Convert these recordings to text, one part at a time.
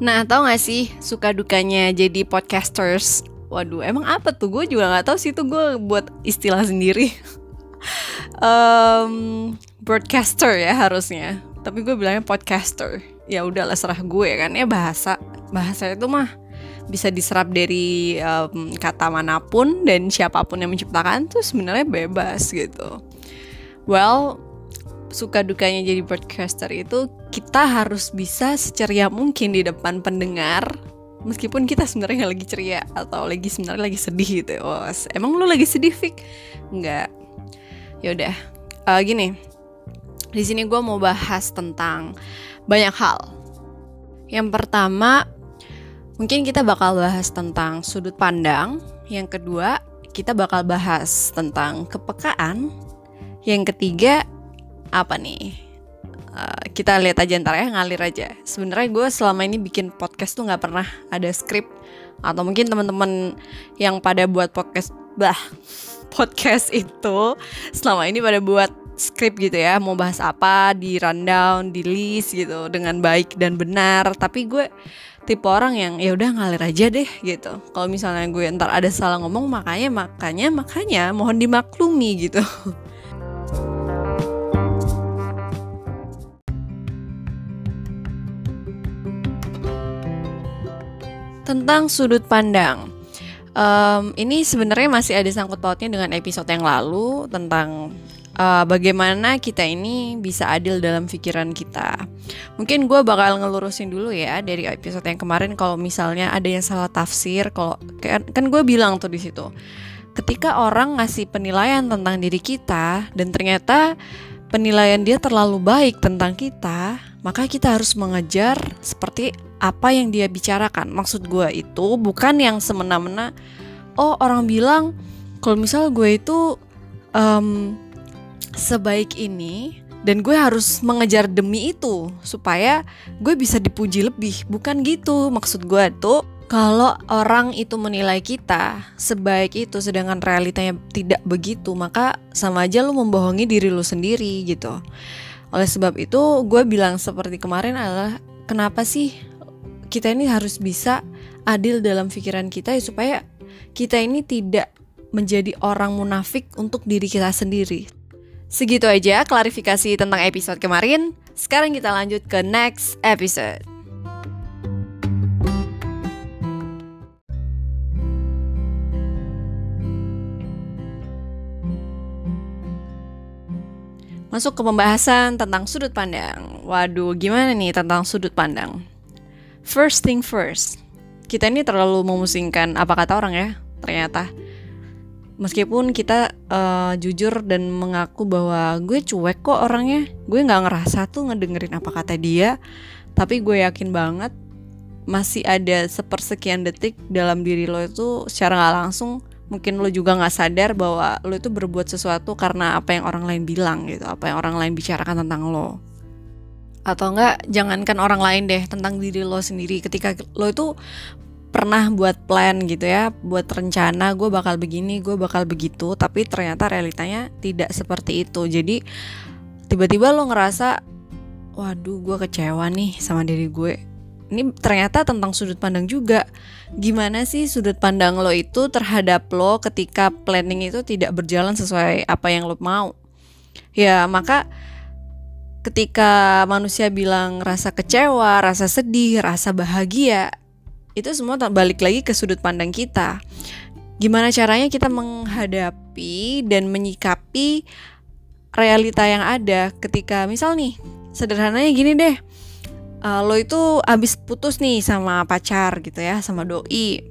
Nah, tau gak sih suka dukanya jadi podcasters? Waduh, emang apa tuh? Gue juga gak tahu sih, itu gue buat istilah sendiri. Broadcaster ya harusnya, tapi gue bilangnya podcaster. Ya udahlah, serah gue kan ya, bahasa itu mah bisa diserap dari kata manapun dan siapapun yang menciptakan tuh sebenarnya bebas gitu. Well, suka dukanya jadi broadcaster itu kita harus bisa seceria mungkin di depan pendengar, meskipun kita sebenarnya lagi ceria atau sebenarnya lagi sedih gitu. Oh, emang lu lagi sedih, Fik? Enggak. Yaudah, gini. Di sini gue mau bahas tentang banyak hal. Yang pertama, mungkin kita bakal bahas tentang sudut pandang. Yang kedua, kita bakal bahas tentang kepekaan. Yang ketiga, apa nih? Kita lihat aja ntar ya, ngalir aja. Sebenarnya gue selama ini bikin podcast tuh nggak pernah ada skrip, atau mungkin teman-teman yang pada buat podcast itu selama ini pada buat skrip gitu ya, mau bahas apa, di rundown, di list gitu dengan baik dan benar. Tapi gue tipe orang yang ya udah ngalir aja deh gitu. Kalau misalnya gue ntar ada salah ngomong, makanya mohon dimaklumi gitu. Tentang sudut pandang, ini sebenarnya masih ada sangkut pautnya dengan episode yang lalu tentang bagaimana kita ini bisa adil dalam pikiran kita. Mungkin gue bakal ngelurusin dulu ya dari episode yang kemarin kalau misalnya ada yang salah tafsir. Kalau kan gue bilang tuh di situ, ketika orang ngasih penilaian tentang diri kita dan ternyata penilaian dia terlalu baik tentang kita, maka kita harus mengejar seperti apa yang dia bicarakan. Maksud gue itu bukan yang semena-mena, oh orang bilang kalau misal gue itu sebaik ini dan gue harus mengejar demi itu supaya gue bisa dipuji lebih. Bukan gitu maksud gue tuh. Kalau orang itu menilai kita sebaik itu sedangkan realitanya tidak begitu, maka sama aja lu membohongi diri lu sendiri gitu. Oleh sebab itu gue bilang seperti kemarin adalah, kenapa sih kita ini harus bisa adil dalam pikiran kita ya, supaya kita ini tidak menjadi orang munafik untuk diri kita sendiri. Segitu aja klarifikasi tentang episode kemarin. Sekarang kita lanjut ke next episode. Masuk ke pembahasan tentang sudut pandang. Waduh, gimana nih tentang sudut pandang? First thing first, kita ini terlalu memusingkan apa kata orang ya, ternyata. Meskipun kita jujur dan mengaku bahwa gue cuek kok orangnya, gue gak ngerasa tuh ngedengerin apa kata dia, tapi gue yakin banget masih ada sepersekian detik dalam diri lo itu secara gak langsung, mungkin lo juga gak sadar bahwa lo itu berbuat sesuatu karena apa yang orang lain bilang gitu, apa yang orang lain bicarakan tentang lo. Atau enggak, jangankan orang lain deh, tentang diri lo sendiri. Ketika lo itu pernah buat plan gitu ya, buat rencana, gue bakal begini, gue bakal begitu, tapi ternyata realitanya tidak seperti itu. Jadi tiba-tiba lo ngerasa, waduh gue kecewa nih sama diri gue. Ini ternyata tentang sudut pandang juga. Gimana sih sudut pandang lo itu terhadap lo ketika planning itu tidak berjalan sesuai apa yang lo mau. Ya maka ketika manusia bilang rasa kecewa, rasa sedih, rasa bahagia, itu semua balik lagi ke sudut pandang kita. Gimana caranya kita menghadapi dan menyikapi realita yang ada ketika misal nih, sederhananya gini deh, lo itu abis putus nih sama pacar gitu ya, sama doi.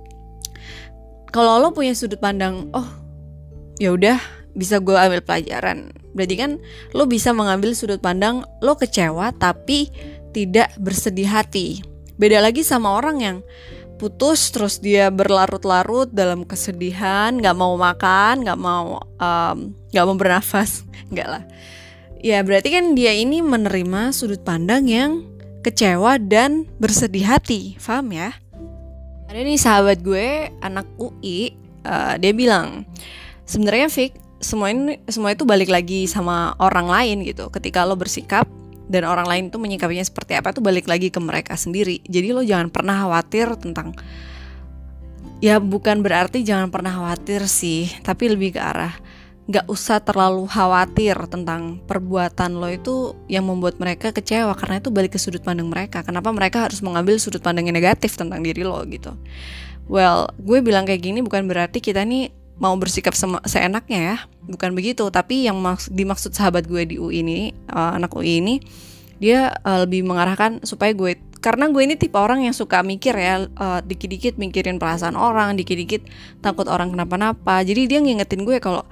Kalau lo punya sudut pandang, oh ya udah bisa gue ambil pelajaran, berarti kan lo bisa mengambil sudut pandang lo kecewa tapi tidak bersedih hati. Beda lagi sama orang yang putus terus dia berlarut-larut dalam kesedihan, gak mau makan, gak mau bernafas. Enggak lah. Ya berarti kan dia ini menerima sudut pandang yang kecewa dan bersedih hati. Paham ya? Ada nih sahabat gue, anak UI, dia bilang, sebenarnya Fik, semua itu balik lagi sama orang lain gitu. Ketika lo bersikap dan orang lain tuh menyikapinya seperti apa, tuh balik lagi ke mereka sendiri. Jadi lo jangan pernah khawatir tentang, ya bukan berarti jangan pernah khawatir sih, tapi lebih ke arah gak usah terlalu khawatir tentang perbuatan lo itu yang membuat mereka kecewa, karena itu balik ke sudut pandang mereka. Kenapa mereka harus mengambil sudut pandang yang negatif tentang diri lo gitu. Well, gue bilang kayak gini bukan berarti kita nih mau bersikap seenaknya ya, bukan begitu. Tapi yang dimaksud sahabat gue di UI ini, anak UI ini, dia lebih mengarahkan supaya gue, karena gue ini tipe orang yang suka mikir ya, dikit-dikit mikirin perasaan orang, dikit-dikit takut orang kenapa-napa. Jadi dia ngingetin gue kalau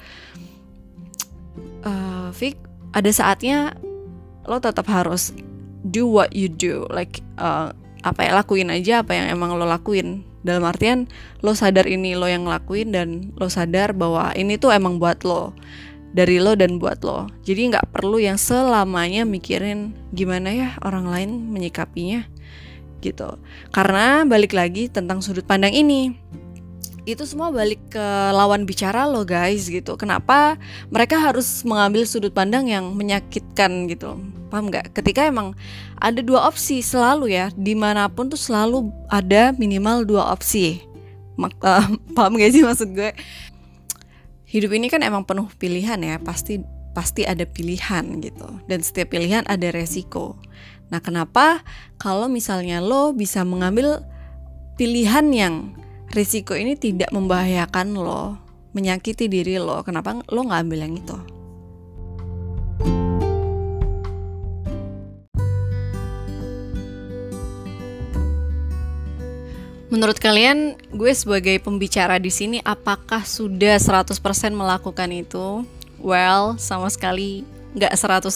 Fik, ada saatnya lo tetap harus do what you do, like lakuin aja apa yang emang lo lakuin. Dalam artian lo sadar ini lo yang ngelakuin, dan lo sadar bahwa ini tuh emang buat lo, dari lo dan buat lo. Jadi nggak perlu yang selamanya mikirin gimana ya orang lain menyikapinya gitu. Karena balik lagi tentang sudut pandang ini, itu semua balik ke lawan bicara lo guys gitu. Kenapa mereka harus mengambil sudut pandang yang menyakitkan gitu, paham gak? Ketika emang ada dua opsi selalu ya, dimanapun tuh selalu ada minimal dua opsi. Paham gak sih maksud gue? Hidup ini kan emang penuh pilihan ya, pasti ada pilihan gitu. Dan setiap pilihan ada resiko. Nah kenapa kalau misalnya lo bisa mengambil pilihan yang risiko ini tidak membahayakan lo, menyakiti diri lo, kenapa lo gak ambil yang itu? Menurut kalian, gue sebagai pembicara di sini apakah sudah 100% melakukan itu? Well, sama sekali gak 100%.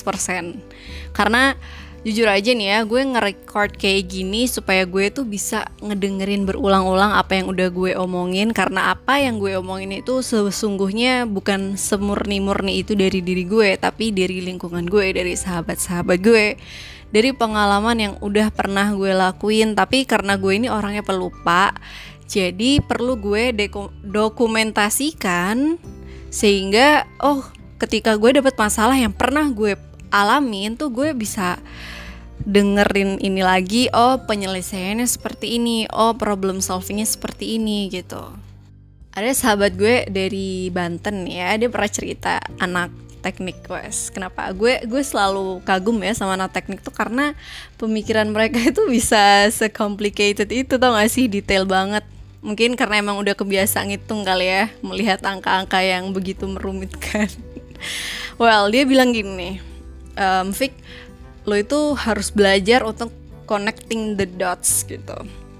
Karena jujur aja nih ya, gue nge-record kayak gini supaya gue tuh bisa ngedengerin berulang-ulang apa yang udah gue omongin. Karena apa yang gue omongin itu sesungguhnya bukan semurni-murni itu dari diri gue, tapi dari lingkungan gue, dari sahabat-sahabat gue, dari pengalaman yang udah pernah gue lakuin. Tapi karena gue ini orangnya pelupa, jadi perlu gue dokumentasikan, sehingga ketika gue dapet masalah yang pernah gue alamin tuh gue bisa dengerin ini lagi, penyelesaiannya seperti ini, problem solvingnya seperti ini gitu. Ada sahabat gue dari Banten ya, dia pernah cerita anak teknik wes. Kenapa gue selalu kagum ya sama anak teknik tuh, karena pemikiran mereka itu bisa se-complicated itu, tau gak sih, detail banget. Mungkin karena emang udah kebiasa ngitung kali ya, melihat angka-angka yang begitu merumitkan. Well, dia bilang gini, Fik, lo itu harus belajar untuk connecting the dots gitu.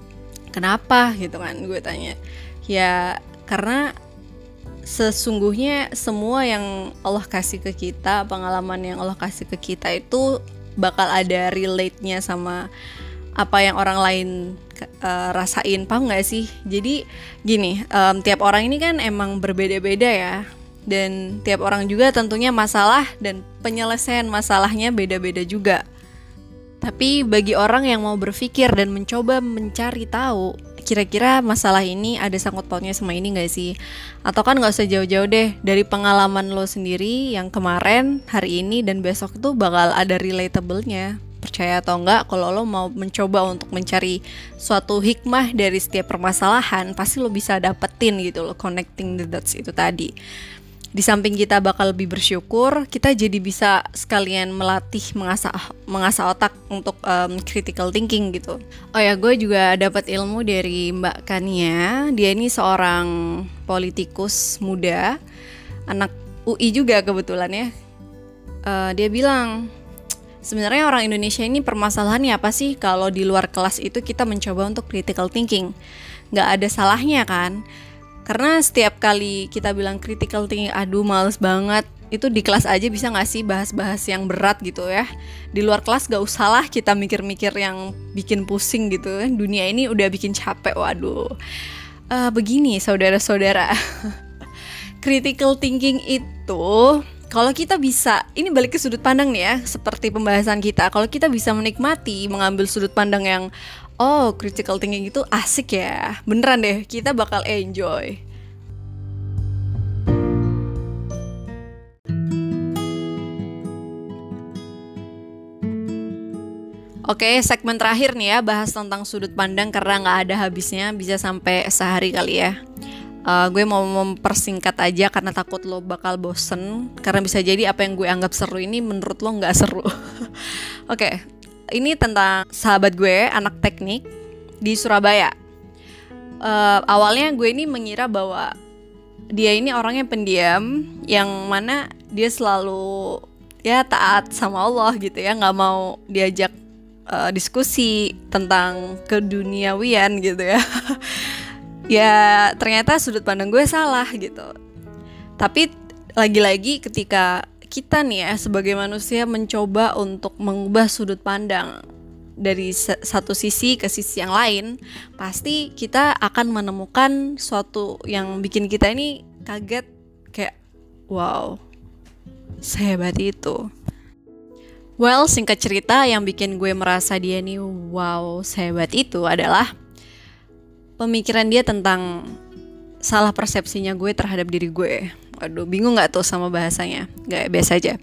Kenapa gitu kan, gue tanya. Ya karena sesungguhnya semua yang Allah kasih ke kita, pengalaman yang Allah kasih ke kita itu bakal ada relate-nya sama apa yang orang lain rasain, paham gak sih? Jadi gini, tiap orang ini kan emang berbeda-beda ya. Dan tiap orang juga tentunya masalah dan penyelesaian masalahnya beda-beda juga. Tapi bagi orang yang mau berpikir dan mencoba mencari tahu, kira-kira masalah ini ada sangkut pautnya sama ini gak sih? Atau kan gak usah jauh-jauh deh, dari pengalaman lo sendiri yang kemarin, hari ini, dan besok itu bakal ada relatable-nya. Percaya atau enggak, kalau lo mau mencoba untuk mencari suatu hikmah dari setiap permasalahan, pasti lo bisa dapetin gitu loh, connecting the dots itu tadi. Di samping kita bakal lebih bersyukur, kita jadi bisa sekalian melatih, mengasah otak untuk critical thinking gitu. Oh ya, gue juga dapat ilmu dari Mbak Kania. Dia ini seorang politikus muda, anak UI juga kebetulan ya. Dia bilang, sebenarnya orang Indonesia ini permasalahannya apa sih kalau di luar kelas itu kita mencoba untuk critical thinking? Gak ada salahnya kan? Karena setiap kali kita bilang critical thinking, aduh males banget, itu di kelas aja bisa gak sih bahas-bahas yang berat gitu ya. Di luar kelas gak usah lah kita mikir-mikir yang bikin pusing gitu. Dunia ini udah bikin capek, waduh. Begini saudara-saudara, critical thinking itu kalau kita bisa, ini balik ke sudut pandang nih ya, seperti pembahasan kita. Kalau kita bisa menikmati, mengambil sudut pandang yang critical thinking itu asik ya, beneran deh, kita bakal enjoy. Oke, segmen terakhir nih ya, bahas tentang sudut pandang karena nggak ada habisnya, bisa sampai sehari kali ya. Gue mau mempersingkat aja karena takut lo bakal bosen, karena bisa jadi apa yang gue anggap seru ini menurut lo nggak seru. Oke, ini tentang sahabat gue, anak teknik di Surabaya. Awalnya gue ini mengira bahwa dia ini orangnya pendiam, yang mana dia selalu ya taat sama Allah gitu ya, nggak mau diajak diskusi tentang keduniawian gitu ya. Ya ternyata sudut pandang gue salah gitu. Tapi lagi-lagi ketika kita nih ya sebagai manusia mencoba untuk mengubah sudut pandang dari satu sisi ke sisi yang lain, pasti kita akan menemukan suatu yang bikin kita ini kaget, kayak wow, sehebat itu. Well, singkat cerita, yang bikin gue merasa dia nih wow, sehebat itu adalah pemikiran dia tentang salah persepsinya gue terhadap diri gue. Waduh, bingung gak tuh sama bahasanya? Gak, biasa aja.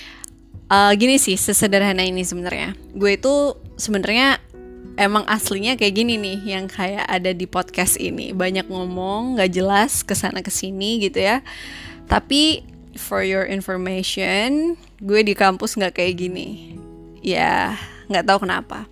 Gini sih, sesederhana ini sebenarnya. Gue itu sebenarnya emang aslinya kayak gini nih, yang kayak ada di podcast ini. Banyak ngomong, gak jelas, kesana kesini gitu ya. Tapi for your information, gue di kampus gak kayak gini. Ya, gak tahu kenapa.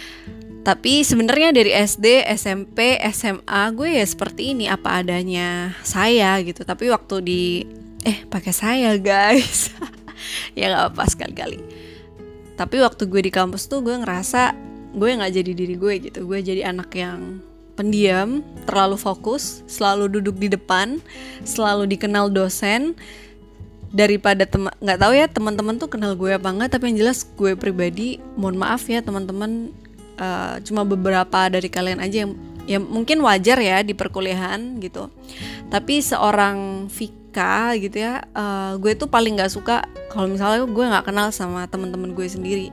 Tapi sebenarnya dari SD, SMP, SMA gue ya seperti ini, apa adanya saya gitu. Tapi waktu di pakai saya guys. Ya gak apa-apa sekali-kali. Tapi waktu gue di kampus tuh gue ngerasa gue gak jadi diri gue gitu. Gue jadi anak yang pendiam, terlalu fokus, selalu duduk di depan, selalu dikenal dosen. Daripada nggak tahu ya teman-teman tuh kenal gue apa enggak, tapi yang jelas gue pribadi, mohon maaf ya teman-teman, cuma beberapa dari kalian aja yang mungkin wajar ya di perkuliahan gitu. Tapi seorang Vika gitu ya, gue tuh paling nggak suka kalau misalnya gue nggak kenal sama teman-teman gue sendiri,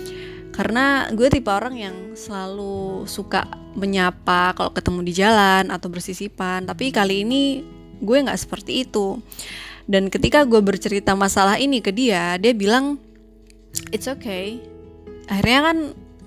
karena gue tipe orang yang selalu suka menyapa kalau ketemu di jalan atau bersisipan. Tapi kali ini gue nggak seperti itu. Dan ketika gue bercerita masalah ini ke dia, dia bilang it's okay. Akhirnya kan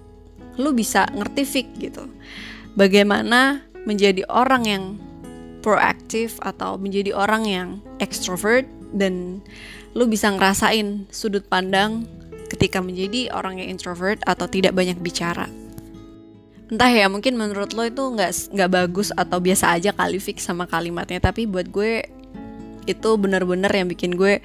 lu bisa ngerti Fik gitu, bagaimana menjadi orang yang proaktif atau menjadi orang yang extrovert, dan lu bisa ngerasain sudut pandang ketika menjadi orang yang introvert atau tidak banyak bicara. Entah ya, mungkin menurut lo itu nggak bagus atau biasa aja kali Fik sama kalimatnya, tapi buat gue itu benar-benar yang bikin gue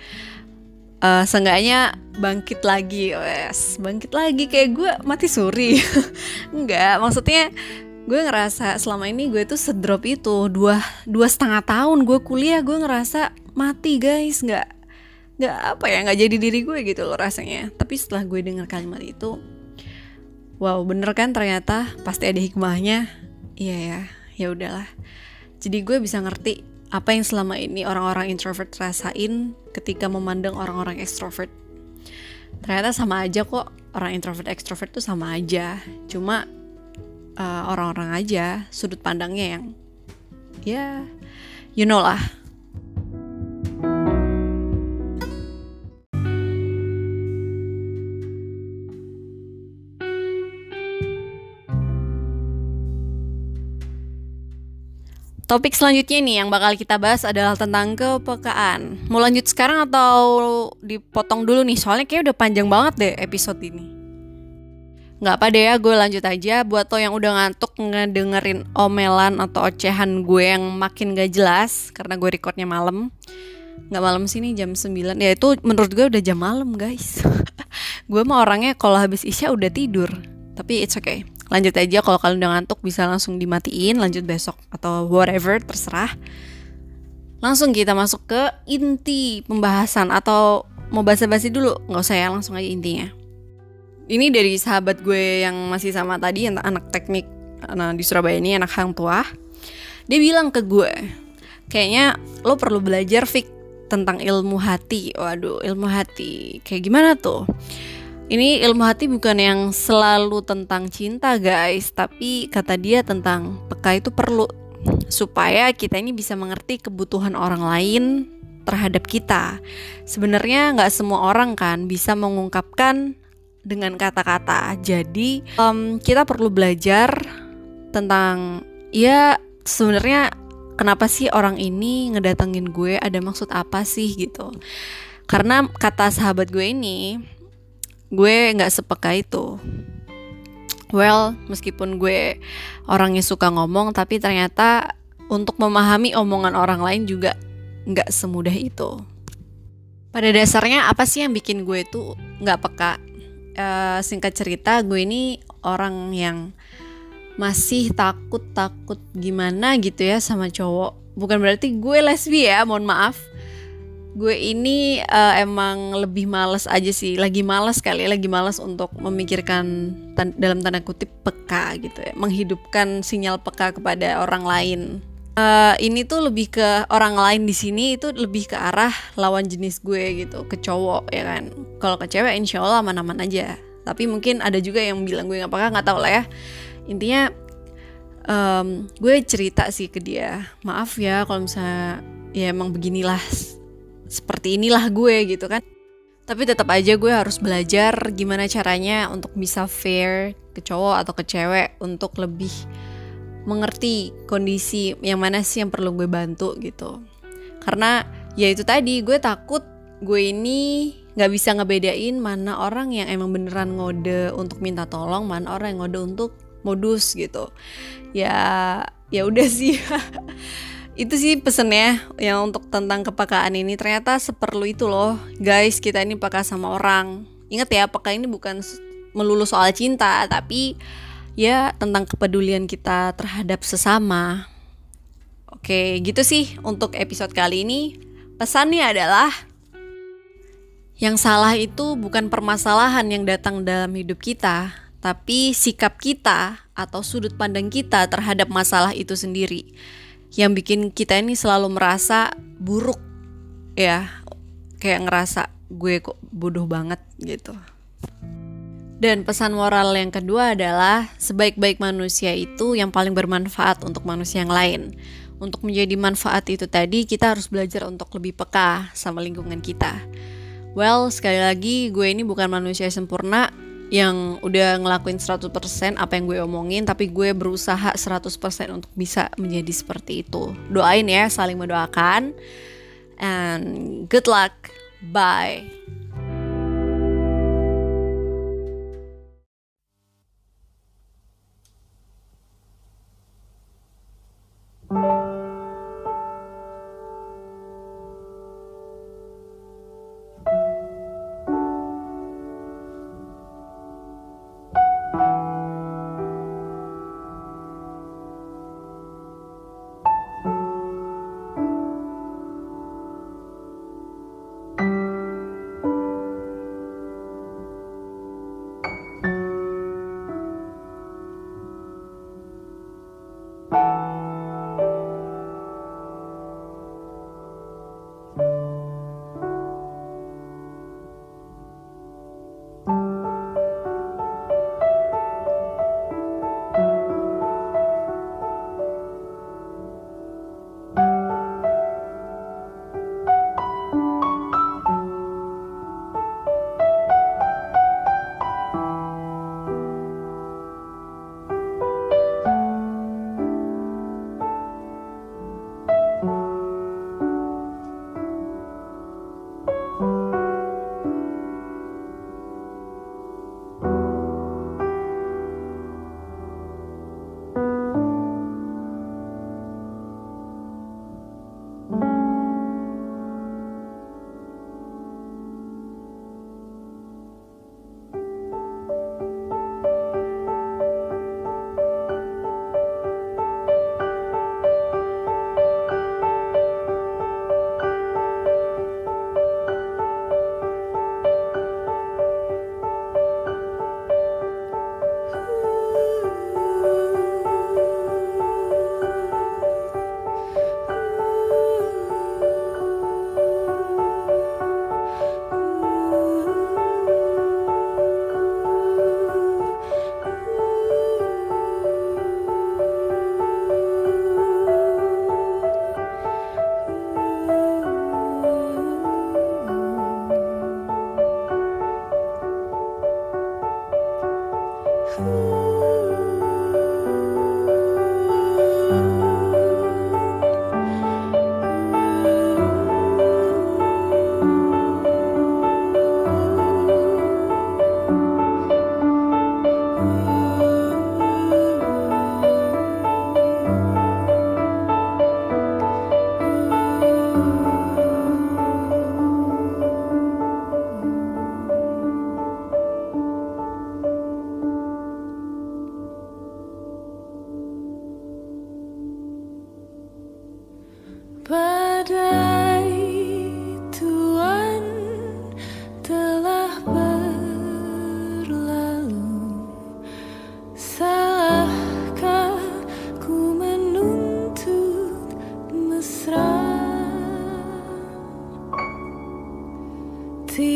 seenggaknya bangkit lagi, bangkit lagi, kayak gue mati suri. Enggak, maksudnya gue ngerasa selama ini gue tuh sedrop itu 2,5 tahun gue kuliah, gue ngerasa mati guys, nggak nggak jadi diri gue gitu loh rasanya. Tapi setelah gue dengar kalimat itu, wow, bener kan, ternyata pasti ada hikmahnya. Iya ya udahlah. Jadi gue bisa ngerti apa yang selama ini orang-orang introvert rasain ketika memandang orang-orang extrovert. Ternyata sama aja kok, orang introvert extrovert tuh sama aja. Cuma orang-orang aja sudut pandangnya yang ya you know lah. Topik selanjutnya nih yang bakal kita bahas adalah tentang kepekaan. Mau lanjut sekarang atau dipotong dulu nih? Soalnya kayak udah panjang banget deh episode ini. Gak apa deh ya, gue lanjut aja. Buat lo yang udah ngantuk ngedengerin omelan atau ocehan gue yang makin gak jelas, karena gue recordnya malam. Gak malam sini jam 9. Ya itu menurut gue udah jam malam guys. Gue mah orangnya kalau habis isya udah tidur. Tapi it's okay. Lanjut aja, kalau kalian udah ngantuk bisa langsung dimatiin, lanjut besok atau whatever, terserah. Langsung kita masuk ke inti pembahasan, atau mau basa-basi dulu? Nggak usah ya, langsung aja intinya. Ini dari sahabat gue yang masih sama tadi, yang anak teknik di Surabaya ini, anak hang tua. Dia bilang ke gue, kayaknya lo perlu belajar Fik tentang ilmu hati. Waduh, ilmu hati kayak gimana tuh? Ini ilmu hati bukan yang selalu tentang cinta guys, tapi kata dia tentang peka itu perlu, supaya kita ini bisa mengerti kebutuhan orang lain terhadap kita. Sebenarnya gak semua orang kan bisa mengungkapkan dengan kata-kata. Jadi kita perlu belajar tentang ya sebenarnya kenapa sih orang ini ngedatengin gue, ada maksud apa sih gitu. Karena kata sahabat gue ini, gue nggak sepeka itu. Well, meskipun gue orangnya suka ngomong, tapi ternyata untuk memahami omongan orang lain juga nggak semudah itu. Pada dasarnya apa sih yang bikin gue tuh nggak peka? Singkat cerita, gue ini orang yang masih takut gimana gitu ya sama cowok. Bukan berarti gue lesbi ya, mohon maaf. Gue ini emang lebih malas aja sih, lagi malas untuk memikirkan dalam tanda kutip peka gitu ya, menghidupkan sinyal peka kepada orang lain. Ini tuh lebih ke orang lain di sini itu lebih ke arah lawan jenis gue gitu, ke cowok ya kan. Kalau ke cewek insya Allah aman-aman aja. Tapi mungkin ada juga yang bilang gue nggak peka, nggak tahu lah ya. Intinya gue cerita sih ke dia, maaf ya kalau misalnya ya emang beginilah, seperti inilah gue gitu kan. Tapi tetap aja gue harus belajar gimana caranya untuk bisa fair ke cowok atau ke cewek, untuk lebih mengerti kondisi yang mana sih yang perlu gue bantu gitu. Karena ya itu tadi, gue takut gue ini gak bisa ngebedain mana orang yang emang beneran ngode untuk minta tolong, mana orang yang ngode untuk modus gitu. Ya udah sih. Itu sih pesennya yang untuk tentang kepekaan ini. Ternyata seperlu itu loh guys, kita ini peka sama orang. Ingat ya, peka ini bukan melulu soal cinta, tapi ya tentang kepedulian kita terhadap sesama. Oke, gitu sih untuk episode kali ini. Pesannya adalah yang salah itu bukan permasalahan yang datang dalam hidup kita, tapi sikap kita atau sudut pandang kita terhadap masalah itu sendiri yang bikin kita ini selalu merasa buruk ya, kayak ngerasa gue kok bodoh banget gitu. Dan pesan moral yang kedua adalah sebaik-baik manusia itu yang paling bermanfaat untuk manusia yang lain. Untuk menjadi manfaat itu tadi, kita harus belajar untuk lebih peka sama lingkungan kita. Well, sekali lagi gue ini bukan manusia sempurna yang udah ngelakuin 100% apa yang gue omongin, tapi gue berusaha 100% untuk bisa menjadi seperti itu. Doain ya, saling mendoakan. And good luck. Bye.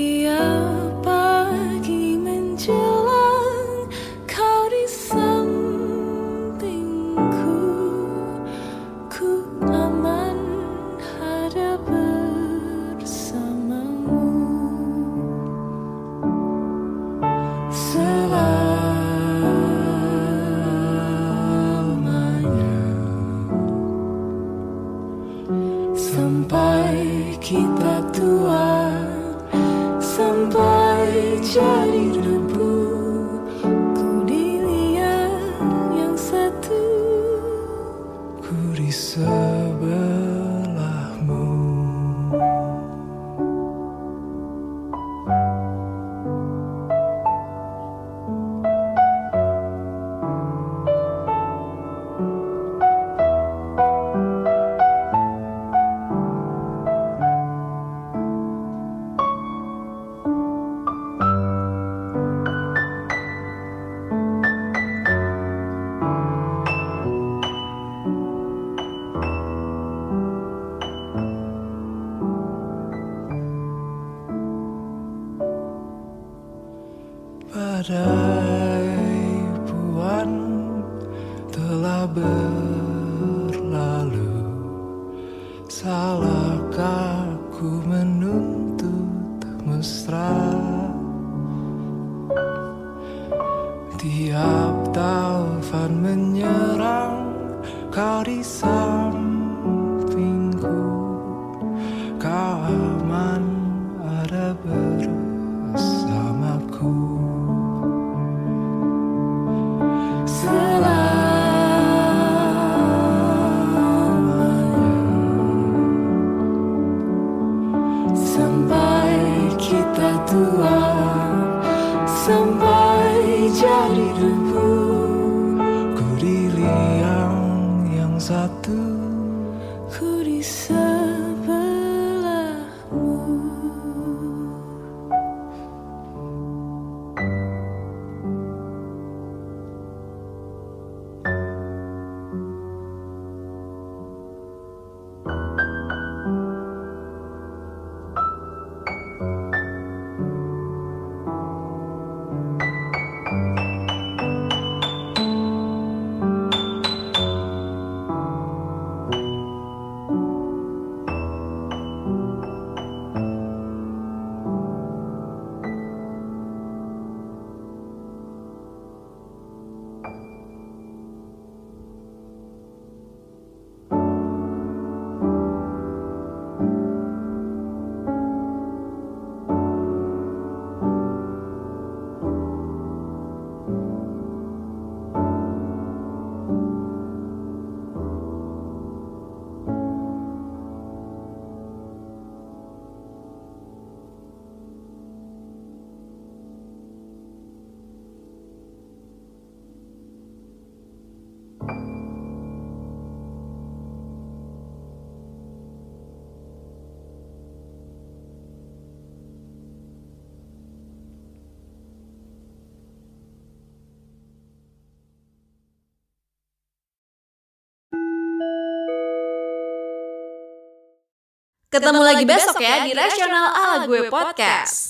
Tiap pagi menjelang kau di sampingku, ku aman ada bersamamu. Selamanya sampai kita tua, sampai jadi debu, ku dilihat yang satu, ku di sebelahmu. Badai puan telah berlalu, salahkah ku menuntut mesra? Tiap taufan menyerang, kau di sampingku, kau aman ada bersamaku. Sampai kita tua, sampai jadi debu, ku di liang yang satu, ku di sebelahmu. Ketemu lagi besok ya di Rasional ala gue podcast.